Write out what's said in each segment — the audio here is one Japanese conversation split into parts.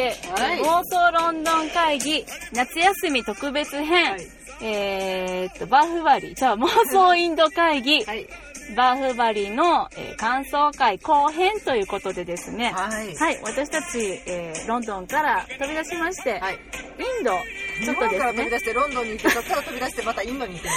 て、妄想ロンドン会議夏休み特別編、バーフバリ妄想インド会議、バーフバリの、感想会後編ということでですね、私たち、ロンドンから飛び出しまして、インドちょっとですね、 日本から飛び出してロンドンに行って、そこから飛び出してまたインドに行ってます。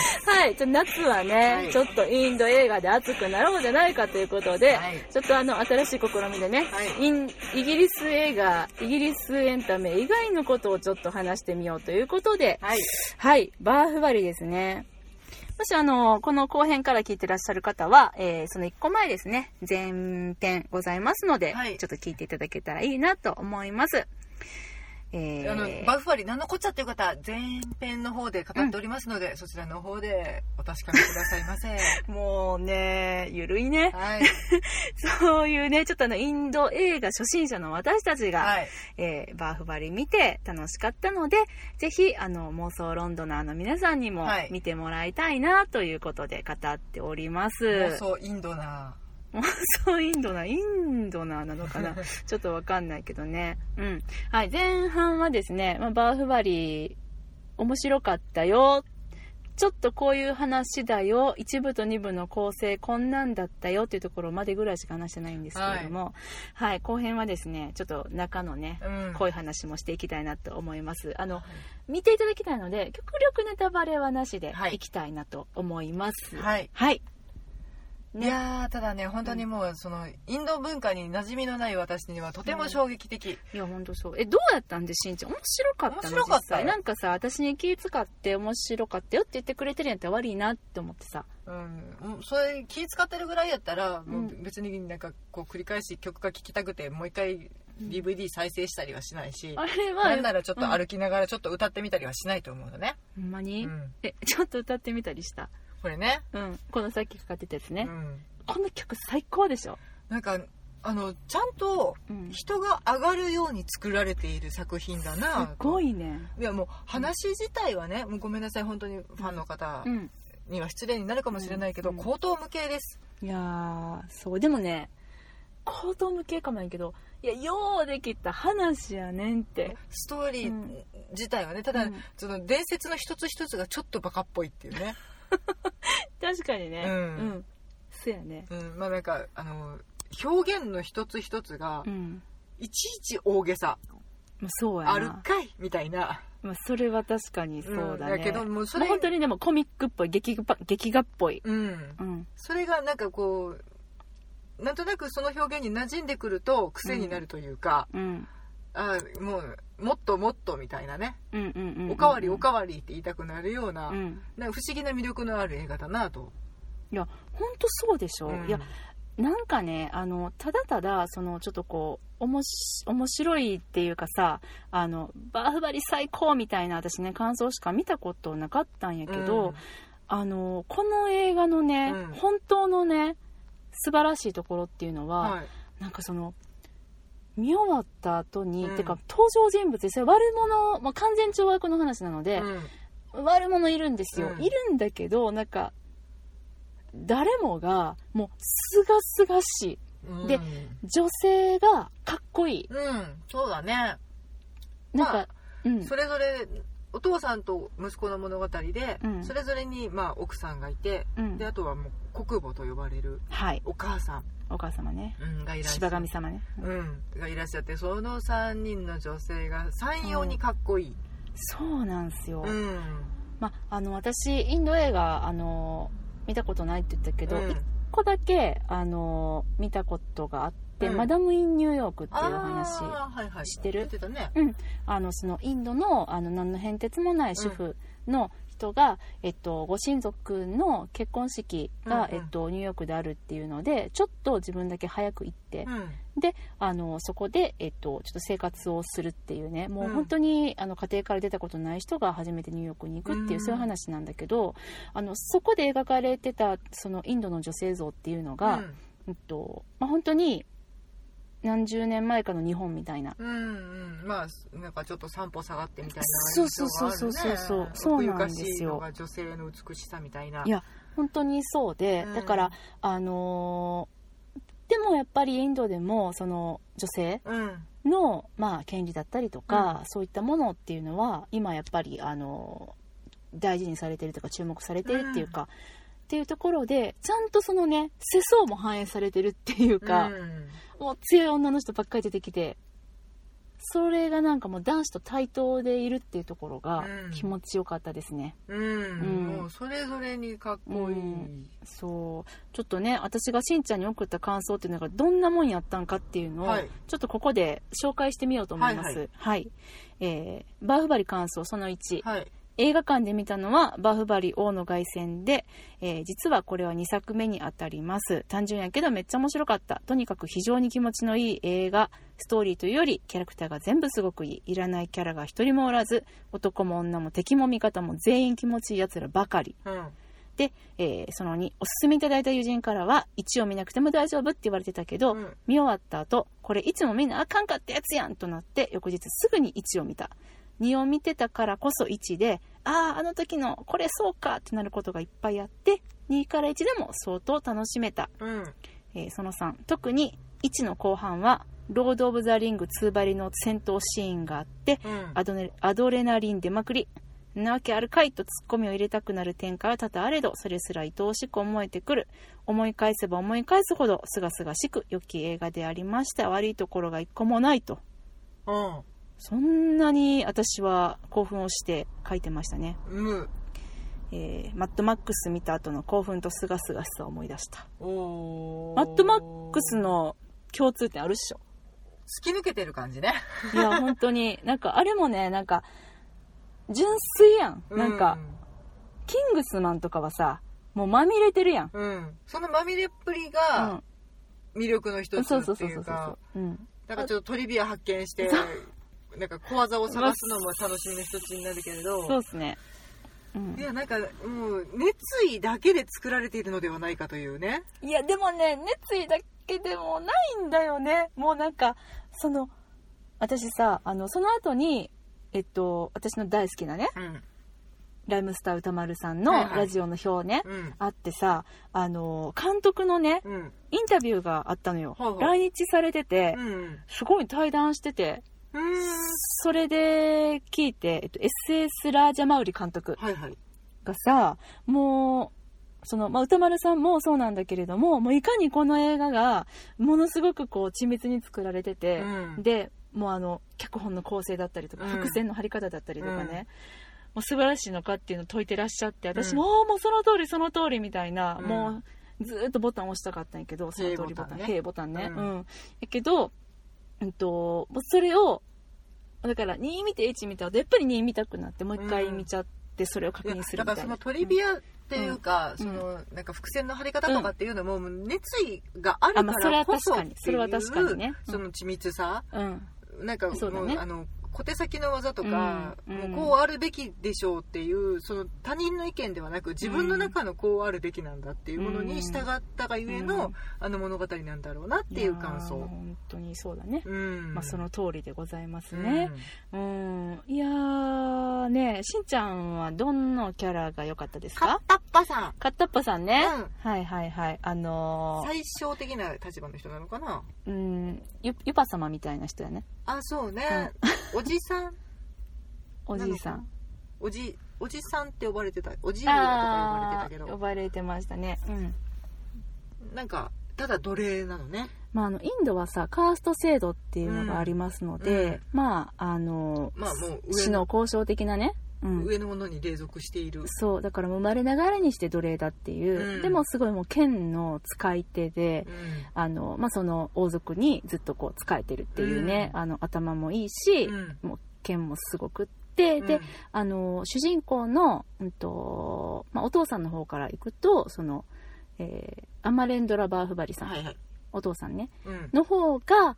夏はね、ちょっとインド映画で熱くなろうじゃないかということで、ちょっと新しい試みでね、イギリス映画、イギリスエンタメ以外のことをちょっと話してみようということで、バーフバリですね。もしこの後編から聞いてらっしゃる方は、その1個前ですね、前編ございますので、ちょっと聞いていただけたらいいなと思います。 バーフバリ何のこっちゃっていう方は前編の方で語っておりますので、そちらの方でお確かめくださいませ。 もうね、ゆるいね、そういうね、ちょっとインド映画初心者の私たちが、バーフバリ見て楽しかったので、ぜひ妄想ロンドナーの皆さんにも見てもらいたいなということで語っております。 妄想インドナー、 そうインドナーなのかなちょっとわかんないけどね。前半はですね、バーフバリ面白かったよ、ちょっとこういう話だよ、1部と2部の構成こんなんだったよっていうところまでぐらいしか話してないんですけれども、後編はですね、ちょっと中のね、こういう話もしていきたいなと思います。見ていただきたいので極力ネタバレはなしでいきたいなと思います。 いやただね、本当にもうそのインド文化に馴染みのない私にはとても衝撃的。 いや本当そう。どうやったんでしんちゃん、面白かったの？ 面白かったよ。 なんかさ、私に気使って面白かったよって言ってくれてるんやったら悪いなって思ってさ、 それ気使ってるぐらいやったら、もう別になんかこう繰り返し曲が聴きたくてもう一回 DVD 再生したりはしないし、 あれはなんならちょっと歩きながらちょっと歌ってみたりはしないと思うのね。 ほんまに、ちょっと歌ってみたりした。 これね、 このさっきかかってたやつね、この曲最高でしょ。 なんかちゃんと人が上がるように作られている作品だな。 すごいね。 いやもう話自体はね、もうごめんなさい、本当にファンの方には失礼になるかもしれないけど、口頭無形です。 いやそうでもね、口頭無形かもやけど、いやようできた話やねんって。 ストーリー自体はね、ただ、その伝説の一つ一つがちょっとバカっぽいっていうね。 確かにね。そうやね。 なんか表現の一つ一つが、いちいち大げさ。 そうやな。 あるかいみたいな。 それは確かにそうだね。 だけどもうそれ本当にでもコミックっぽい、劇画っぽい。 それがなんかこうなんとなくその表現に馴染んでくると癖になるというか、もうもっともっとみたいなね、おかわりおかわりって言いたくなるような、なんか不思議な魅力のある映画だなと。 いや本当そうでしょ。いやなんかね、ただただそのちょっとこう面白いっていうかさ、バーフバリ最高みたいな私ね感想しか見たことなかったんやけど、この映画のね、本当のね素晴らしいところっていうのは、なんかその見終わった後に、てか登場人物でそれ悪者、完全懲悪の話なので、悪者いるんですよ、いるんだけどなんか誰もがもうすがすがしい、で女性がかっこいい、 そうだね。なんか、それぞれお父さんと息子の物語で、それぞれに奥さんがいて、であとはもう国母と呼ばれるお母さん、 お母様ね、 がいらっしゃ柴神様ね、 がいらっしゃって、その3人の女性が三様にかっこいい。 そうなんですよ。私インド映画見たことないって言ったけど、1個だけ見たことがあって、マダム・イン・ニューヨークっていう話知ってる？ 知ってたね。 そのインドの何の変哲もない主婦の人が、ご親族の結婚式が、ニューヨークであるっていうのでちょっと自分だけ早く行って、でそこで、ちょっと生活をするっていうね、もう本当に家庭から出たことない人が初めてニューヨークに行くっていう、そういう話なんだけど、そこで描かれてたそのインドの女性像っていうのが、本当に何十年前かの日本みたいな、 なんかちょっと散歩下がってみたいなそうなんですよ。 女性の美しさみたいな。 いや本当にそうで、だからでもやっぱりインドでもその女性の、まあ、権利だったりとか、そういったものっていうのは今やっぱり大事にされてるとか注目されてるっていうか、っていうところでちゃんとそのね世相も反映されてるっていうか、もう強い女の人ばっかり出てきて、それがなんかもう男子と対等でいるっていうところが気持ちよかったですね。 もうそれぞれにかっこいい、 そうちょっとね、私がしんちゃんに送った感想っていうのがどんなもんやったんかっていうのを、ちょっとここで紹介してみようと思います。バーフバリ感想その1、映画館で見たのはバフバリ王の凱旋で、実はこれは2作目にあたります。単純やけどめっちゃ面白かった。とにかく非常に気持ちのいい映画。ストーリーというよりキャラクターが全部すごくいい。いらないキャラが一人もおらず、男も女も敵も味方も全員気持ちいいやつらばかり、で、その2、おすすめいただいた友人からは1を見なくても大丈夫って言われてたけど、見終わった後これいつも見なあかんかったやつやんとなって翌日すぐに1を見た。2を見てたからこそ1で、あの時のこれそうかってなることがいっぱいあって、2から1でも相当楽しめた。その3、特に1の後半はロード・オブ・ザ・リング2張りの戦闘シーンがあって、アドレナリン出まくり。なわけあるかいとツッコミを入れたくなる展開は多々あれど、それすら愛おしく思えてくる。思い返せば思い返すほどすがすがしく良き映画でありました。悪いところが一個もないと。そんなに私は興奮をして書いてましたね。マッドマックス見た後の興奮とすがすがしさを思い出した。マッドマックスの共通点あるっしょ。 突き抜けてる感じね。 いや本当になんかあれもね、なんか純粋やん。なんかキングスマンとかはさ、もうまみれてるやん。 そのまみれっぷりが魅力の一つっていうか、だからちょっとトリビア発見してなんか小技を探すのも楽しみの一つになるけれど、 そうですね。 いやなんかもう熱意だけで作られているのではないかというね。 いやでもね、熱意だけでもないんだよね。もうなんか私さ、その後に私の大好きなね、ライムスター歌丸さんのラジオの表ね、あってさ、監督のね、インタビューがあったのよ。来日されてて、すごい対談してて、それで聞いて、SS ラージャマウリ監督がさ、もう歌丸さんもそうなんだけれども、もういかにこの映画がものすごくこう緻密に作られてて、でもう脚本の構成だったりとか、伏線の張り方だったりとかね、もう素晴らしいのかっていうのを解いてらっしゃって、私ももうその通りその通りみたいな、もうずっとボタン押したかったんやけど、その通りボタン、平ボタンね、やけどそれをだから2見て1見た後やっぱり2見たくなってもう一回見ちゃって、それを確認するみたいな。 だからそのトリビアっていうか、なんか伏線の張り方とかっていうのも、熱意があるからこそっていう、 それは確かにね、 その緻密さ、なんかもうね、 小手先の技とか、もうこうあるべきでしょうっていう、その他人の意見ではなく自分の中のこうあるべきなんだっていうものに従ったがゆえの、物語なんだろうなっていう感想。 本当にそうだね、その通りでございますね。いやーね、しんちゃんはどんなキャラが良かったですか？ カッタッパさん。 カッタッパさんね、はいはいはい、 最小的な立場の人なのかな。 ユパ様みたいな人やね。 そうね、おじさんおじいさん、 おじさんって呼ばれてた、おじいとか呼ばれてたけど、 呼ばれてましたね。 なんかただ奴隷なのね。 インドはさカースト制度っていうのがありますので、もう死の交渉的なね、 上のものに隷属している。 そうだから生まれながらにして奴隷だっていう、でもすごいもう剣の使い手で、その王族にずっとこう仕えてるっていうね、頭もいいし、もう剣もすごくって、で主人公の、お父さんの方から行くとアマレンドラ・バーフバリさん、お父さんね、の方が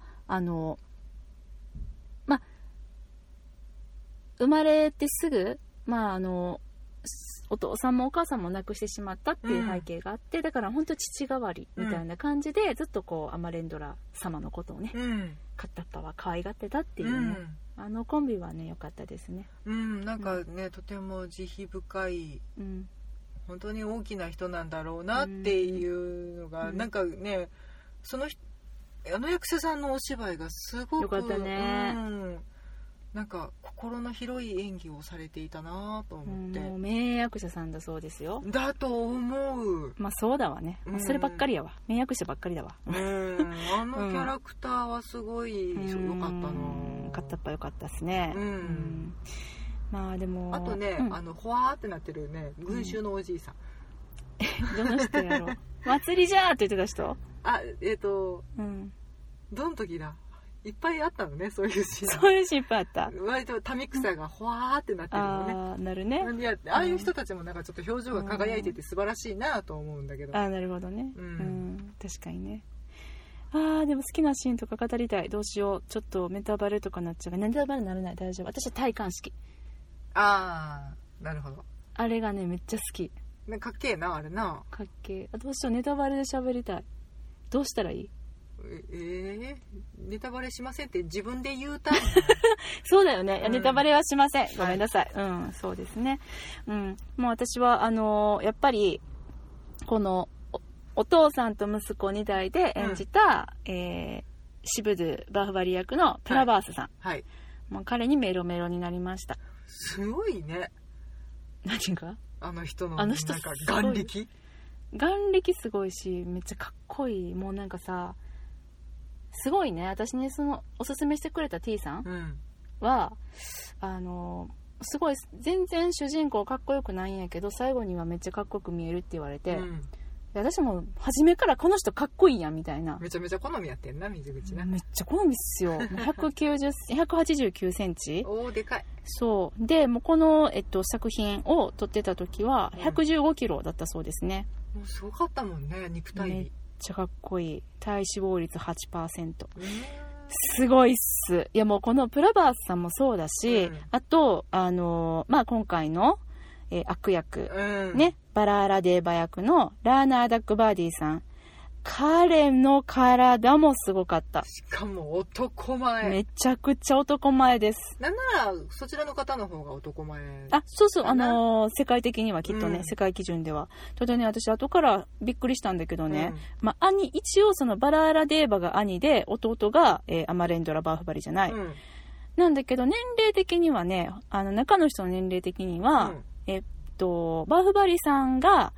生まれてすぐ、お父さんもお母さんも亡くしてしまったっていう背景があって、だから本当父代わりみたいな感じで、ずっとこうアマレンドラ様のことをね、カッタッパは可愛がってたっていうね、コンビはね良かったですね。 なんかね、とても慈悲深い、本当に大きな人なんだろうなっていうのが、なんかね、そのあの役者さんのお芝居がすごくよかったね、 なんか心の広い演技をされていたなと思って、 もう名役者さんだそうですよ。 だと思う。 まあそうだわね、そればっかりやわ、名役者ばっかりだわ。 あのキャラクターはすごい良かったな。 片っ端良かったですね。まあでもあとね、ほわーってなってるね群衆のおじいさん、 どの人やろ祭りじゃーって言ってた人。 どの時だ、いっぱいあったのね、そういうシーン。 そういうシーンいっぱいあった。 割と民草がほわーってなってるのね。 なるね。 いや、ああいう人たちもなんかちょっと表情が輝いてて素晴らしいなと思うんだけど。 なるほどね。確かにね。でも好きなシーンとか語りたい。どうしよう。ちょっとネタバレとかなっちゃう。ネタバレにならない。大丈夫。私は戴冠式。 なるほど。 あれがね、めっちゃ好き。 かっけえな、あれな。 かっけえ。どうしよう。ネタバレで喋りたい。どうしたらいい？ ネタバレしませんって自分で言うたそうだよね。ネタバレはしません。ごめんなさい。そうですね。もう私はやっぱりこのお父さんと息子2代で演じた、シブドゥ・バーフバリ役のプラバースさん。もう彼にメロメロになりました。 すごいね。 何が？ あの人のなんか眼力すごいし、めっちゃかっこいい。もうなんかさ、すごいね。私におすすめしてくれた T さんは、すごい全然主人公かっこよくないんやけど、最後にはめっちゃかっこよく見えるって言われて、私も初めからこの人かっこいいやんみたいな。 めちゃめちゃ好みやってんな、水口な。 めっちゃ好みっすよ。189センチ。 でかい。 そうで、もうこの、作品を撮ってた時は115キロだったそうですね。 もうすごかったもんね、肉体美。 めっちゃかっこいい。体脂肪率 8%。すごいっす。いや、もうこのプラバースさんもそうだし、あと今回の、悪役、ね、バラーラデーバ役のラーナー・ダックバーディーさん。彼の体もすごかった。 しかも男前。 めちゃくちゃ男前です。 なんならそちらの方の方が男前。 そうそう、世界的にはきっとね、世界基準では。ただね、私後からびっくりしたんだけどね、一応そのバラーラデーバが兄で、弟が、アマレンドラ・バーフバリじゃない。なんだけど年齢的にはね、中の人の年齢的には、バーフバリさんが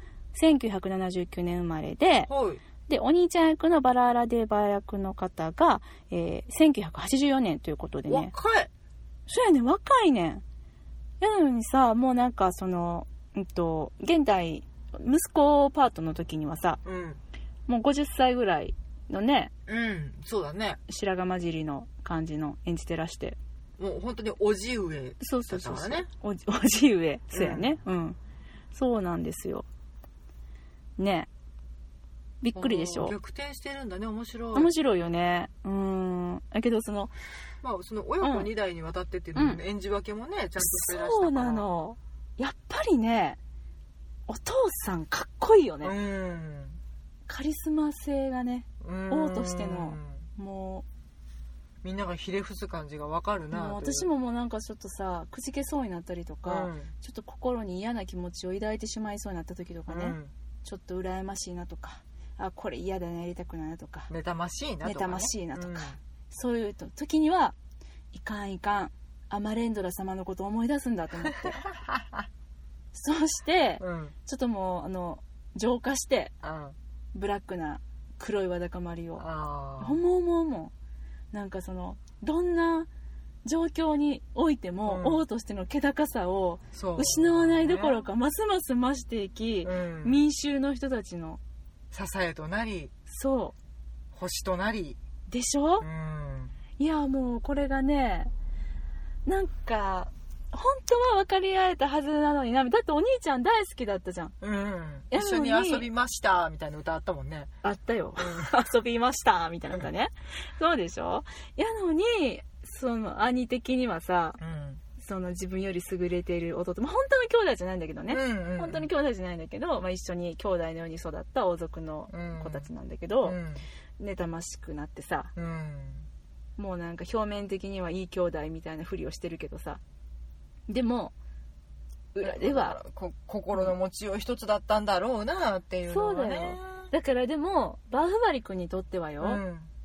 1979年生まれで、でお兄ちゃん役のバラーラデーバ役の方が、1984年ということでね。 若い。 そうやね、若いねん。やのにさ、もうなんかその現代息子パートの時にはさ、もう50歳ぐらいのね、 そうだね。 白髪混じりの感じの演じてらして。 もう本当におじ上だったからね。 そう。おじ上、そうやね。そうなんですよ。ね。びっくりでしょ。 逆転してるんだね。面白い。 面白いよね。だけどその親子2代にわたってっていうのも、演じ分けもねちゃんとしてらしたから。 そうなの。やっぱりね、お父さんかっこいいよね。カリスマ性がね、王としてのもう。 みんながひれ伏す感じがわかるな。 私ももうなんかちょっとさ、くじけそうになったりとか、ちょっと心に嫌な気持ちを抱いてしまいそうになった時とかね、ちょっと羨ましいなとか、これ嫌だな、やりたくないなとか、 妬ましいなとか、 そういう時にはいかんアマレンドラ様のことを思い出すんだと思ってそうして、ちょっともう浄化して、ブラックな黒いわだかまりを思うなんかそのどんな状況においても、王としての気高さを失わないどころか、ますます増していき、民衆の人たちの支えとなり、星となりでしょ。いやもうこれがね、なんか本当は分かり合えたはずなのにな。だってお兄ちゃん大好きだったじゃん。 一緒に遊びましたみたいな歌あったもんね。 あったよ、遊びましたみたいな歌ね、そうでしょ。やのにその兄的にはさ、その自分より優れている弟、本当の兄弟じゃないんだけどね、本当に兄弟じゃないんだけど、一緒に兄弟のように育った王族の子たちなんだけど、妬ましくなってさ、もうなんか表面的にはいい兄弟みたいなふりをしてるけどさ、でも裏では心の持ちよう一つだったんだろうなっていうのはね。 そうだよ。だからでもバーフバリ君にとってはよ、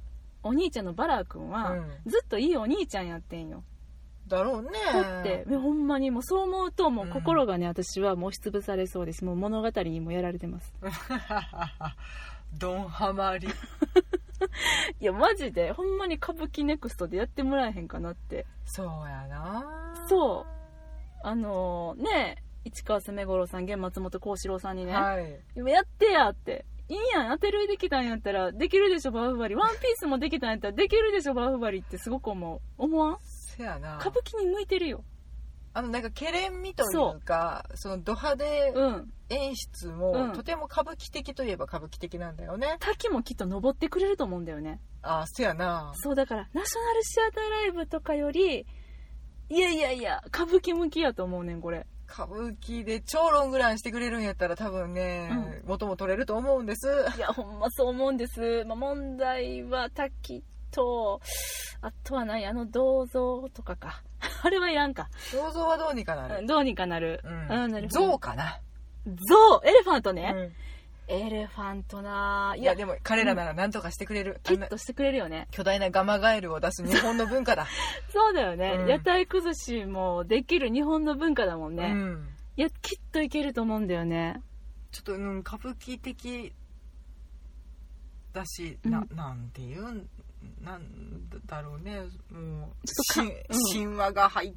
お兄ちゃんのバラー君は、ずっといいお兄ちゃんやってんよ。 だろうね。 だってほんまにもうそう思うともう心がね、私はもう押しつぶされそうです。もう物語にもやられてますドンハマりいやマジでほんまに歌舞伎ネクストでやってもらえへんかなって。 そうやな。 そうねえ、市川染五郎さん現松本幸四郎さんにね、 はい、 やってやって、いいやん、当てるできたんやったらできるでしょバーフバリ、ワンピースもできたんやったらできるでしょバーフバリってすごく思わん？ やな、 歌舞伎に向いてるよ。 なんかケレン味というか、そのド派手演出も、とても歌舞伎的といえば歌舞伎的なんだよね。 滝もきっと登ってくれると思うんだよね。 せやな。 そうだからナショナルシアターライブとかよりいや歌舞伎向きやと思うねんこれ。 歌舞伎で超ロングランしてくれるんやったら多分ね、元も取れると思うんです。 いやほんまそう思うんです。問題は滝と、あとは何、銅像とかかあれはいらんか。 銅像はどうにかなる。 どうにかなる。 象かな。 象、エレファントね。エレファントな。 いやでも彼らなら何とかしてくれる。 きっとしてくれるよね。 巨大なガマガエルを出す日本の文化だそうだよね、屋台崩しもできる日本の文化だもんね。いやきっといけると思うんだよね。 ちょっと、歌舞伎的だし、なんていうんなんだろうね。もう神話が入って。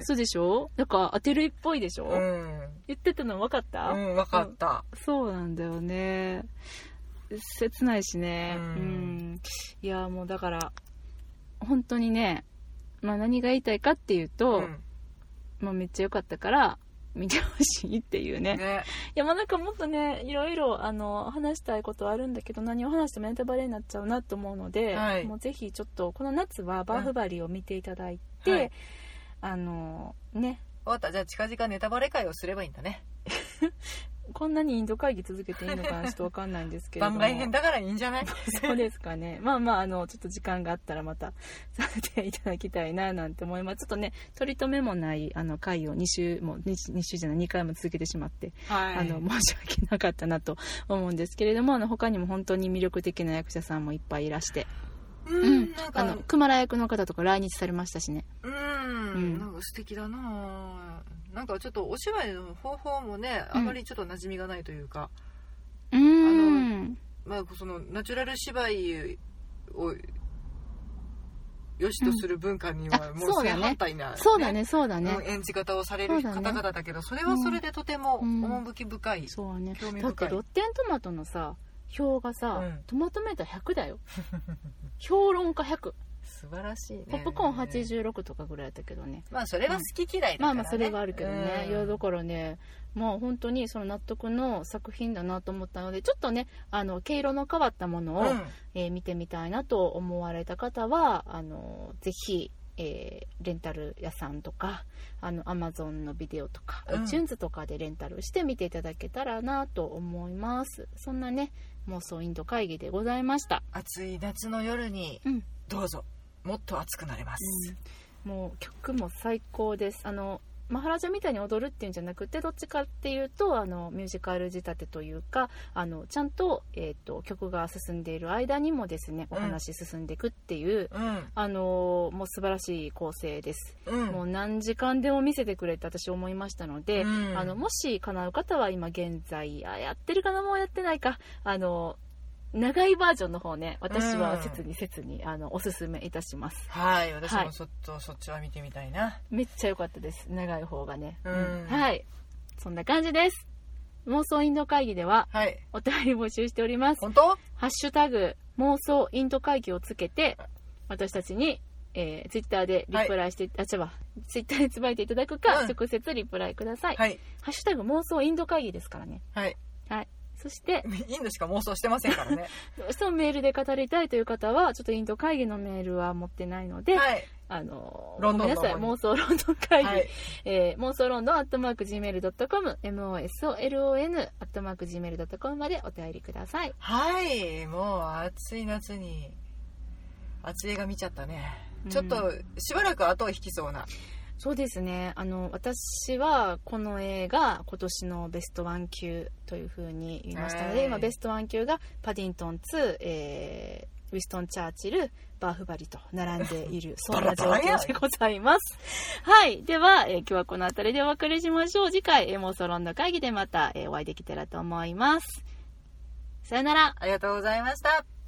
そうでしょ。なんか当てるっぽいでしょ。言ってたの分かった？ 分かった、 そうなんだよね。切ないしね。いやもうだから本当にね、何が言いたいかっていうと、めっちゃ良かったから見てほしいっていうね。いやなんかもっとねいろいろ話したいことはあるんだけど、何を話してもネタバレになっちゃうなと思うので、もうぜひちょっとこの夏はバーフバリを見ていただいて、ね。 終わった。じゃあ近々ネタバレ会をすればいいんだねこんなにインド会議続けていいのかなちょっと分かんないんですけれども番外編だからいいんじゃないそうですかね。ちょっと時間があったらまたさせていただきたいななんて思います。ちょっとね取り留めもない会を2回も続けてしまって、申し訳なかったなと思うんですけれども、他にも本当に魅力的な役者さんもいっぱいいらして、熊良役の方とか来日されましたしね。 なんか素敵だな。なんかちょっとお芝居の方法もね、あまりちょっと馴染みがないというか、そのナチュラル芝居を良しとする文化にはもう正反対な、 そうだね演じ方をされる方々だけど、それはそれでとても趣深い、 そうね。 興味深い。 だってロッテントマトのさ票がさ、トマトメーター100だよ評論家100。 素晴らしいね。 ポップコーン86とかぐらいだったけどね。 それは好き嫌いだからね。 それはあるけどね。いやだからね、本当にその納得の作品だなと思ったので、ちょっとね毛色の変わったものを、見てみたいなと思われた方はぜひ、レンタル屋さんとかAmazon のビデオとか、iTunes とかでレンタルして見ていただけたらなと思います。そんなね妄想インド会議でございました。 暑い夏の夜に、どうぞもっと熱くなれます、 もう曲も最高です。マハラジャみたいに踊るっていうんじゃなくて、どっちかっていうとミュージカル仕立てというかちゃんと、曲が進んでいる間にもですねお話進んでいくっていう、もう素晴らしい構成です、もう何時間でも見せてくれって私思いましたので、もし叶う方は今現在やってるかな、もうやってないか長いバージョンの方ね、私は切におすすめいたします。 はい、私もそっちは見てみたいな。 めっちゃ良かったです、長い方がね。はい、そんな感じです。妄想インド会議では、お便り募集しております。 本当？ ハッシュタグ妄想インド会議をつけて私たちに、ツイッターでリプライして、ツイッターでつぶやいていただくか、直接リプライください。ハッシュタグ妄想インド会議ですからね。はい。そしてインドしか妄想してませんからねどうしてもメールで語りたいという方はちょっとインド会議のメールは持ってないので、ごめんなさい、妄想ロンドン会議、妄想ロンドン@gmail.com MOSOLON@gmail.com までお便りください。 はい、もう暑い夏に暑い映画見ちゃったね、ちょっとしばらく後を引きそうな。 そうですね、私はこの映画今年のベストワン級というふうに言いましたので、今ベストワン級がパディントン2、 ウィストン・チャーチル、バーフバリと並んでいるそんな状況でございます。はい。では、今日はこの辺りでお別れしましょう。次回、妄想論の会議でまた、お会いできたらと思います。さよなら。 ありがとうございました。